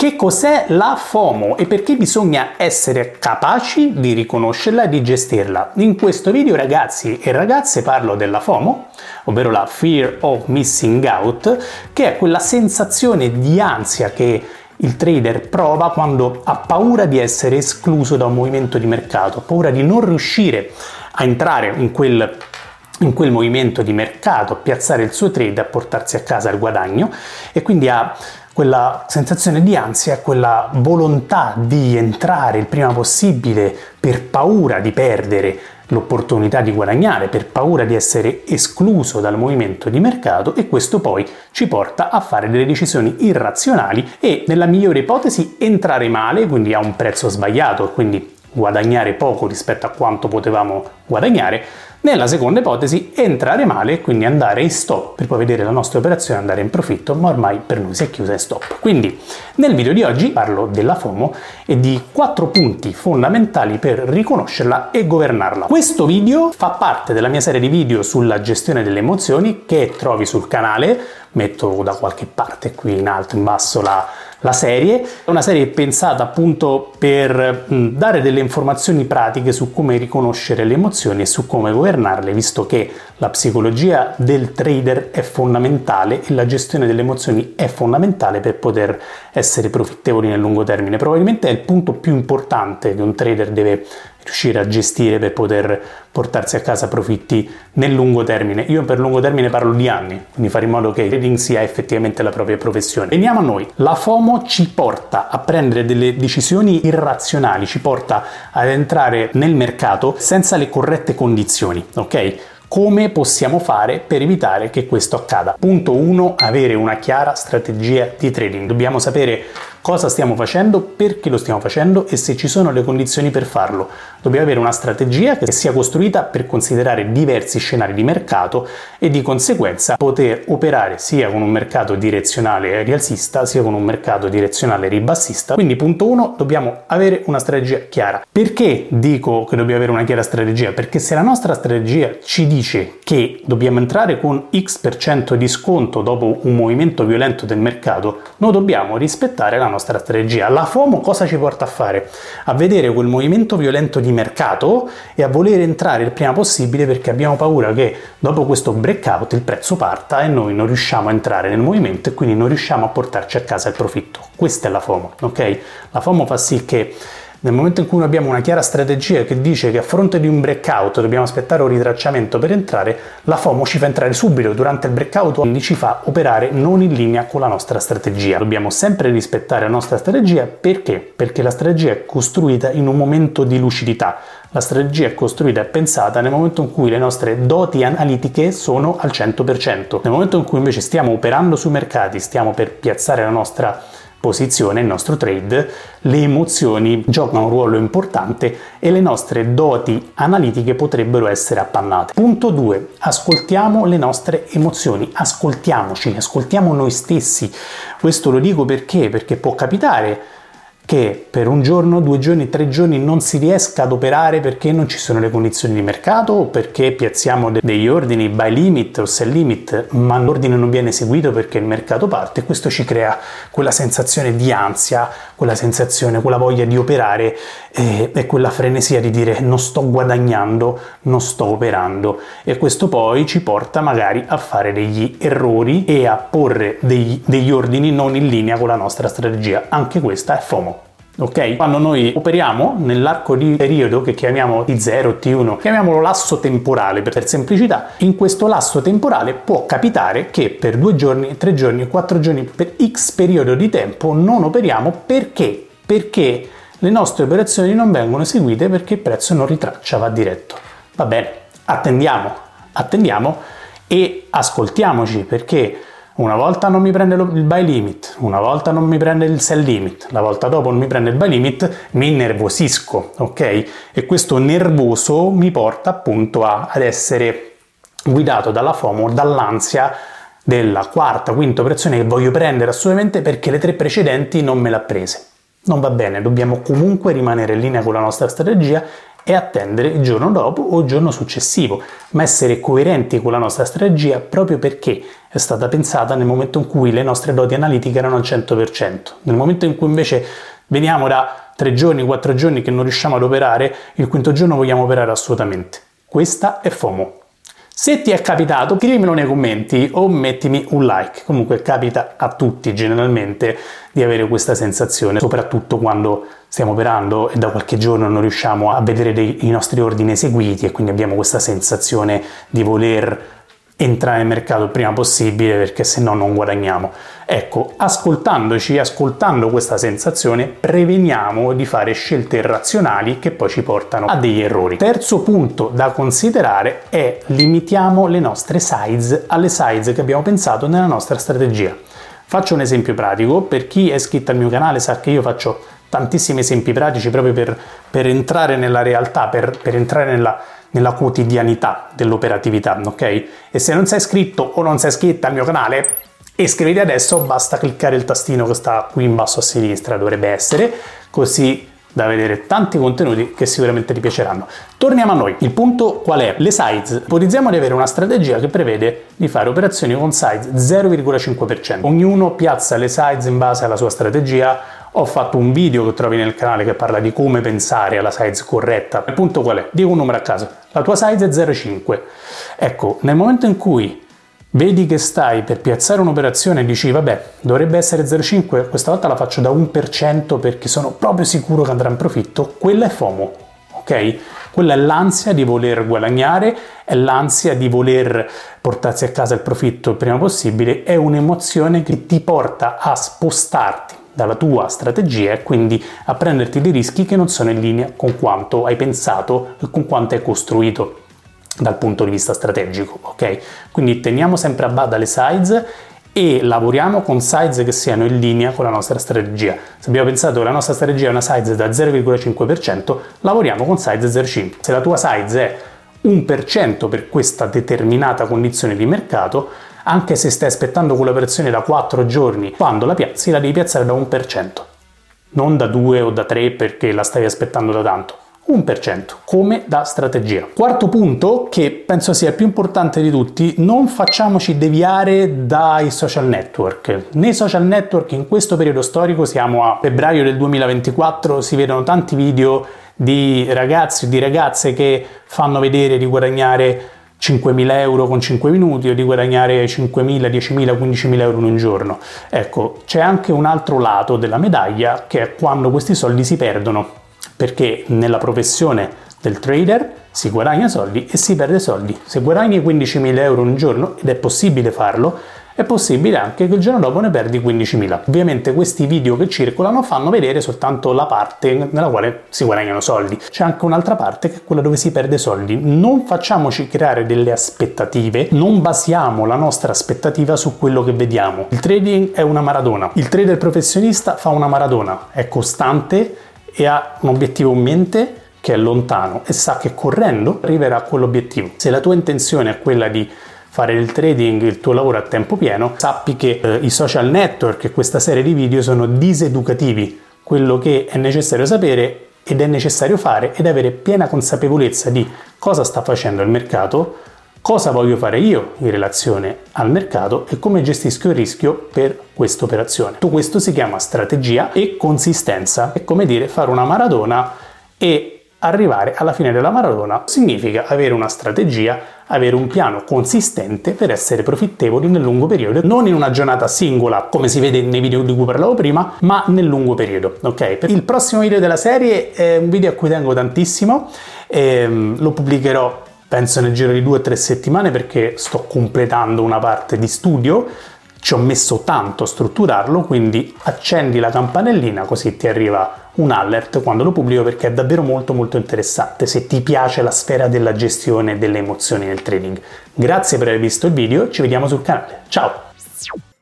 Che cos'è la FOMO e perché bisogna essere capaci di riconoscerla e di gestirla? In questo video, ragazzi e ragazze, parlo della FOMO, ovvero la Fear of Missing Out, che è quella sensazione di ansia che il trader prova quando ha paura di essere escluso da un movimento di mercato, ha paura di non riuscire a entrare in quel movimento di mercato, a piazzare il suo trade, a portarsi a casa il guadagno, e quindi ha quella sensazione di ansia, quella volontà di entrare il prima possibile per paura di perdere l'opportunità di guadagnare, per paura di essere escluso dal movimento di mercato, e questo poi ci porta a fare delle decisioni irrazionali e, nella migliore ipotesi, entrare male, quindi a un prezzo sbagliato, quindi guadagnare poco rispetto a quanto potevamo guadagnare. Nella seconda ipotesi, entrare male, quindi andare in stop per poi vedere la nostra operazione andare in profitto, ma ormai per noi si è chiusa in stop. Quindi nel video di oggi parlo della FOMO e di 4 punti fondamentali per riconoscerla e governarla. Questo video fa parte della mia serie di video sulla gestione delle emozioni che trovi sul canale, metto da qualche parte qui in alto in basso la serie. È una serie pensata appunto per dare delle informazioni pratiche su come riconoscere le emozioni e su come governarle, visto che la psicologia del trader è fondamentale e la gestione delle emozioni è fondamentale per poter essere profittevoli nel lungo termine. Probabilmente è il punto più importante che un trader deve riuscire a gestire per poter portarsi a casa profitti nel lungo termine. Io per lungo termine parlo di anni, quindi fare in modo che il trading sia effettivamente la propria professione. Veniamo a noi. La FOMO ci porta a prendere delle decisioni irrazionali, ci porta ad entrare nel mercato senza le corrette condizioni, ok? Come possiamo fare per evitare che questo accada? Punto 1. Avere una chiara strategia di trading. Dobbiamo sapere cosa stiamo facendo, perché lo stiamo facendo e se ci sono le condizioni per farlo. Dobbiamo avere una strategia che sia costruita per considerare diversi scenari di mercato e di conseguenza poter operare sia con un mercato direzionale rialzista sia con un mercato direzionale ribassista. Quindi punto 1, dobbiamo avere una strategia chiara. Perché dico che dobbiamo avere una chiara strategia? Perché se la nostra strategia ci dice che dobbiamo entrare con X% di sconto dopo un movimento violento del mercato, noi dobbiamo rispettare la nostra strategia. La FOMO cosa ci porta a fare? A vedere quel movimento violento di mercato e a voler entrare il prima possibile perché abbiamo paura che dopo questo breakout il prezzo parta e noi non riusciamo a entrare nel movimento e quindi non riusciamo a portarci a casa il profitto. Questa è la FOMO, ok? La FOMO fa sì che nel momento in cui noi abbiamo una chiara strategia che dice che a fronte di un breakout dobbiamo aspettare un ritracciamento per entrare, la FOMO ci fa entrare subito durante il breakout, quindi ci fa operare non in linea con la nostra strategia. Dobbiamo sempre rispettare la nostra strategia. Perché? Perché la strategia è costruita in un momento di lucidità. La strategia è costruita e pensata nel momento in cui le nostre doti analitiche sono al 100%. Nel momento in cui invece stiamo operando sui mercati, stiamo per piazzare la nostra posizione, il nostro trade, le emozioni giocano un ruolo importante e le nostre doti analitiche potrebbero essere appannate. Punto 2. Ascoltiamo le nostre emozioni, ascoltiamoci, ascoltiamo noi stessi. Questo lo dico perché? Perché può capitare che per un giorno, 2 giorni, 3 giorni non si riesca ad operare perché non ci sono le condizioni di mercato o perché piazziamo degli ordini buy limit o sell limit, ma l'ordine non viene eseguito perché il mercato parte, e questo ci crea quella sensazione di ansia, quella sensazione, quella voglia di operare e quella frenesia di dire non sto guadagnando, non sto operando, e questo poi ci porta magari a fare degli errori e a porre degli ordini non in linea con la nostra strategia. Anche questa è FOMO. Ok? Quando noi operiamo nell'arco di periodo che chiamiamo T0, T1, chiamiamolo lasso temporale per semplicità, in questo lasso temporale può capitare che per 2 giorni, 3 giorni, 4 giorni, per X periodo di tempo non operiamo. Perché? Perché le nostre operazioni non vengono eseguite perché il prezzo non ritraccia, va diretto. Va bene, attendiamo e ascoltiamoci, perché una volta non mi prende il buy limit, una volta non mi prende il sell limit, la volta dopo non mi prende il buy limit, mi innervosisco, ok? E questo nervoso mi porta appunto ad essere guidato dalla FOMO, dall'ansia della quarta, quinta operazione che voglio prendere assolutamente perché le 3 precedenti non me l'ha prese. Non va bene, dobbiamo comunque rimanere in linea con la nostra strategia e attendere il giorno dopo o il giorno successivo, ma essere coerenti con la nostra strategia proprio perché è stata pensata nel momento in cui le nostre doti analitiche erano al 100%. Nel momento in cui invece veniamo da 3 giorni, 4 giorni che non riusciamo ad operare, il quinto giorno vogliamo operare assolutamente. Questa è FOMO. Se ti è capitato, scrivimelo nei commenti o mettimi un like. Comunque capita a tutti generalmente di avere questa sensazione, soprattutto quando stiamo operando e da qualche giorno non riusciamo a vedere i nostri ordini eseguiti e quindi abbiamo questa sensazione di voler entrare nel mercato il prima possibile perché se no non guadagniamo. Ecco, ascoltando questa sensazione, preveniamo di fare scelte irrazionali che poi ci portano a degli errori. Terzo punto da considerare è limitiamo le nostre size alle size che abbiamo pensato nella nostra strategia. Faccio un esempio pratico, per chi è iscritto al mio canale sa che io faccio tantissimi esempi pratici proprio per entrare nella realtà, per entrare nella quotidianità dell'operatività, ok? E se non sei iscritto o non sei iscritta al mio canale, iscriviti adesso, basta cliccare il tastino che sta qui in basso a sinistra, dovrebbe essere, così da vedere tanti contenuti che sicuramente ti piaceranno. Torniamo a noi. Il punto qual è? Le size. Ipotizziamo di avere una strategia che prevede di fare operazioni con size 0,5%. Ognuno piazza le size in base alla sua strategia. Ho fatto un video che trovi nel canale che parla di come pensare alla size corretta. Il punto qual è? Dico un numero a caso. La tua size è 0,5. Ecco, nel momento in cui vedi che stai per piazzare un'operazione e dici vabbè, dovrebbe essere 0,5, questa volta la faccio da 1% perché sono proprio sicuro che andrà in profitto, quella è FOMO, ok? Quella è l'ansia di voler guadagnare, è l'ansia di voler portarsi a casa il profitto il prima possibile, è un'emozione che ti porta a spostarti dalla tua strategia e quindi a prenderti dei rischi che non sono in linea con quanto hai pensato e con quanto hai costruito dal punto di vista strategico, ok? Quindi teniamo sempre a bada le size e lavoriamo con size che siano in linea con la nostra strategia. Se abbiamo pensato che la nostra strategia è una size da 0,5%, lavoriamo con size 0,5%. Se la tua size è 1% per questa determinata condizione di mercato, anche se stai aspettando quell'operazione da 4 giorni, quando la piazzi la devi piazzare da 1%, non da 2 o da 3 perché la stavi aspettando da tanto. 1%, come da strategia. Quarto punto, che penso sia il più importante di tutti, non facciamoci deviare dai social network. Nei social network in questo periodo storico, siamo a febbraio del 2024, si vedono tanti video di ragazzi o di ragazze che fanno vedere di guadagnare 5.000 euro con 5 minuti o di guadagnare 5.000, 10.000, 15.000 euro in un giorno. Ecco, c'è anche un altro lato della medaglia che è quando questi soldi si perdono. Perché nella professione del trader si guadagna soldi e si perde soldi. Se guadagni 15.000 euro un giorno, ed è possibile farlo, è possibile anche che il giorno dopo ne perdi 15.000. Ovviamente questi video che circolano fanno vedere soltanto la parte nella quale si guadagnano soldi. C'è anche un'altra parte che è quella dove si perde soldi. Non facciamoci creare delle aspettative, non basiamo la nostra aspettativa su quello che vediamo. Il trading è una maratona. Il trader professionista fa una maratona, è costante e ha un obiettivo in mente che è lontano e sa che correndo arriverà a quell'obiettivo. Se la tua intenzione è quella di fare il trading il tuo lavoro a tempo pieno, sappi che i social network e questa serie di video sono diseducativi. Quello che è necessario sapere ed è necessario fare ed avere piena consapevolezza di cosa sta facendo il mercato, cosa voglio fare io in relazione al mercato e come gestisco il rischio per questa operazione. Tutto questo si chiama strategia e consistenza. È come dire fare una maratona e arrivare alla fine della maratona significa avere una strategia, avere un piano consistente per essere profittevoli nel lungo periodo, non in una giornata singola come si vede nei video di cui parlavo prima, ma nel lungo periodo, ok? Il prossimo video della serie è un video a cui tengo tantissimo, lo pubblicherò penso nel giro di 2 o 3 settimane perché sto completando una parte di studio, ci ho messo tanto a strutturarlo, quindi accendi la campanellina così ti arriva un alert quando lo pubblico perché è davvero molto interessante se ti piace la sfera della gestione delle emozioni nel trading. Grazie per aver visto il video, ci vediamo sul canale, ciao!